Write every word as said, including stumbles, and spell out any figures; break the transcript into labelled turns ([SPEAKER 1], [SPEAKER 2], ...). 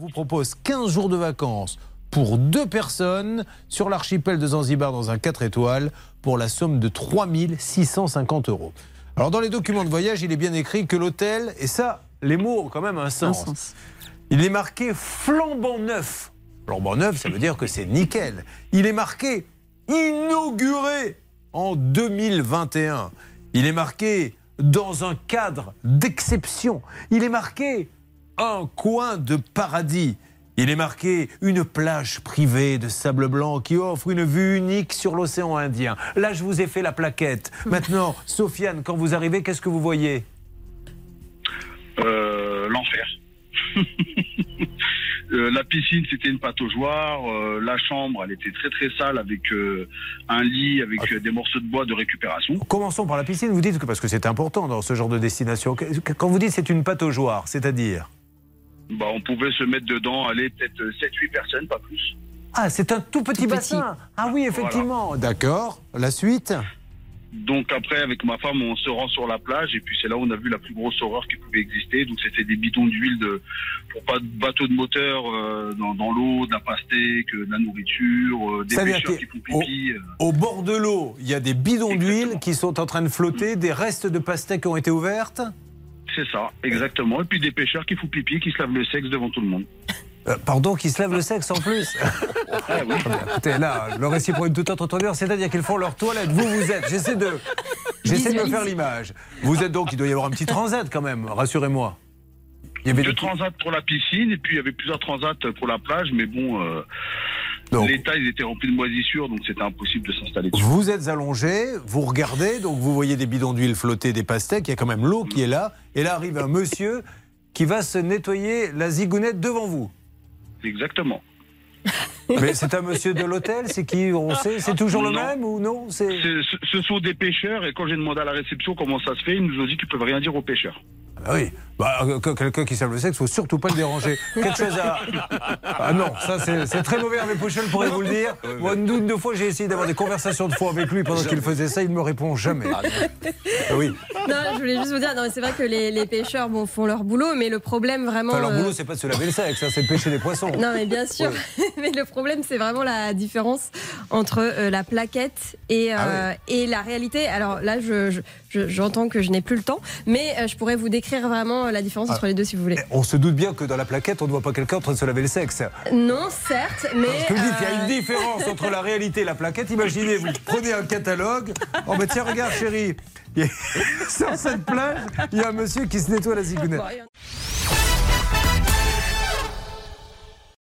[SPEAKER 1] vous propose quinze jours de vacances pour deux personnes sur l'archipel de Zanzibar dans un quatre étoiles pour la somme de trois mille six cent cinquante euros. Alors dans les documents de voyage, il est bien écrit que l'hôtel, et ça, les mots ont quand même un sens. Un sens. Il est marqué flambant neuf. Flambant neuf, ça veut dire que c'est nickel. Il est marqué inauguré en deux mille vingt et un. Il est marqué dans un cadre d'exception. Il est marqué un coin de paradis. Il est marqué une plage privée de sable blanc qui offre une vue unique sur l'océan Indien. Là, je vous ai fait la plaquette. Maintenant, Sofiane, quand vous arrivez, qu'est-ce que vous voyez ?
[SPEAKER 2] euh, L'enfer. euh, la piscine, c'était une pataugeoire. Euh, la chambre, elle était très très sale avec euh, un lit, avec okay. euh, des morceaux de bois de récupération.
[SPEAKER 1] Commençons par la piscine. Vous dites que parce que c'est important dans ce genre de destination. Quand vous dites c'est une pataugeoire, c'est-à-dire ?
[SPEAKER 2] Bah, on pouvait se mettre dedans, aller peut-être sept huit personnes, pas plus.
[SPEAKER 1] Ah, c'est un tout petit
[SPEAKER 3] tout
[SPEAKER 1] bassin.
[SPEAKER 3] Petit.
[SPEAKER 1] Ah oui, effectivement. Voilà. D'accord. La suite ?
[SPEAKER 2] Donc après, avec ma femme, on se rend sur la plage et puis c'est là où on a vu la plus grosse horreur qui pouvait exister. Donc c'était des bidons d'huile de, pour pas de bateau de moteur euh, dans, dans l'eau, de la pastèque, de la nourriture, euh, des pêcheurs qui font pipi.
[SPEAKER 1] Au, euh. au bord de l'eau, il y a des bidons d'huile qui sont en train de flotter, mmh. des restes de pastèques qui ont été ouvertes.
[SPEAKER 2] C'est ça, exactement. Et puis des pêcheurs qui font pipi, qui se lavent le sexe devant tout le monde.
[SPEAKER 1] Euh, pardon, qui se lavent le sexe en plus.
[SPEAKER 2] Ah oui.
[SPEAKER 1] Écoutez, là, le récit pour une toute autre tournure, c'est-à-dire qu'ils font leur toilette. Vous, vous êtes, j'essaie de, j'essaie de me faire l'image. Vous êtes donc, il doit y avoir un petit transat quand même, rassurez-moi.
[SPEAKER 2] Il y avait deux transats pour la piscine et puis il y avait plusieurs transats pour la plage, mais bon... Euh... Donc, l'état, ils étaient remplis de moisissures, donc c'était impossible de s'installer dessus.
[SPEAKER 1] Vous êtes allongé, vous regardez, donc vous voyez des bidons d'huile flotter, des pastèques, il y a quand même l'eau qui est là, et là arrive un monsieur qui va se nettoyer la zigounette devant vous.
[SPEAKER 2] Exactement.
[SPEAKER 1] Mais c'est un monsieur de l'hôtel, c'est qui, on sait, c'est toujours non. le même ou non c'est...
[SPEAKER 2] C'est, ce sont des pêcheurs, et quand j'ai demandé à la réception comment ça se fait, ils nous ont dit qu'ils ne peuvent rien dire aux pêcheurs.
[SPEAKER 1] Ah oui, bah, quelqu'un qui savent le sexe, il ne faut surtout pas le déranger. Quelque chose à... Ah non, ça c'est, c'est très mauvais, Hervé Pouchel pourrait vous le dire. Moi, une douzaine de fois, j'ai essayé d'avoir des conversations de fois avec lui pendant qu'il faisait ça, il ne me répond jamais. Ah oui.
[SPEAKER 3] Non, je voulais juste vous dire, non, c'est vrai que les, les pêcheurs bon, font leur boulot, mais le problème vraiment...
[SPEAKER 1] Enfin, leur
[SPEAKER 3] euh...
[SPEAKER 1] boulot, c'est pas de se laver le sexe, hein, c'est de pêcher des poissons.
[SPEAKER 3] Non, mais bien sûr. Ouais. Mais le problème, c'est vraiment la différence entre euh, la plaquette et, euh, ah oui. et la réalité. Alors là, je, je, je, j'entends que je n'ai plus le temps, mais euh, je pourrais vous décrire vraiment la différence ah. entre les deux, si vous voulez.
[SPEAKER 1] On se doute bien que dans la plaquette, on ne voit pas quelqu'un en train de se laver le sexe.
[SPEAKER 3] Non, certes, mais...
[SPEAKER 1] Parce que vous dites qu'il y a une différence entre la réalité et la plaquette. Imaginez, vous prenez un catalogue. Oh, mais tiens, regarde, chérie. Sur cette plage, il y a un monsieur qui se nettoie la zigounette.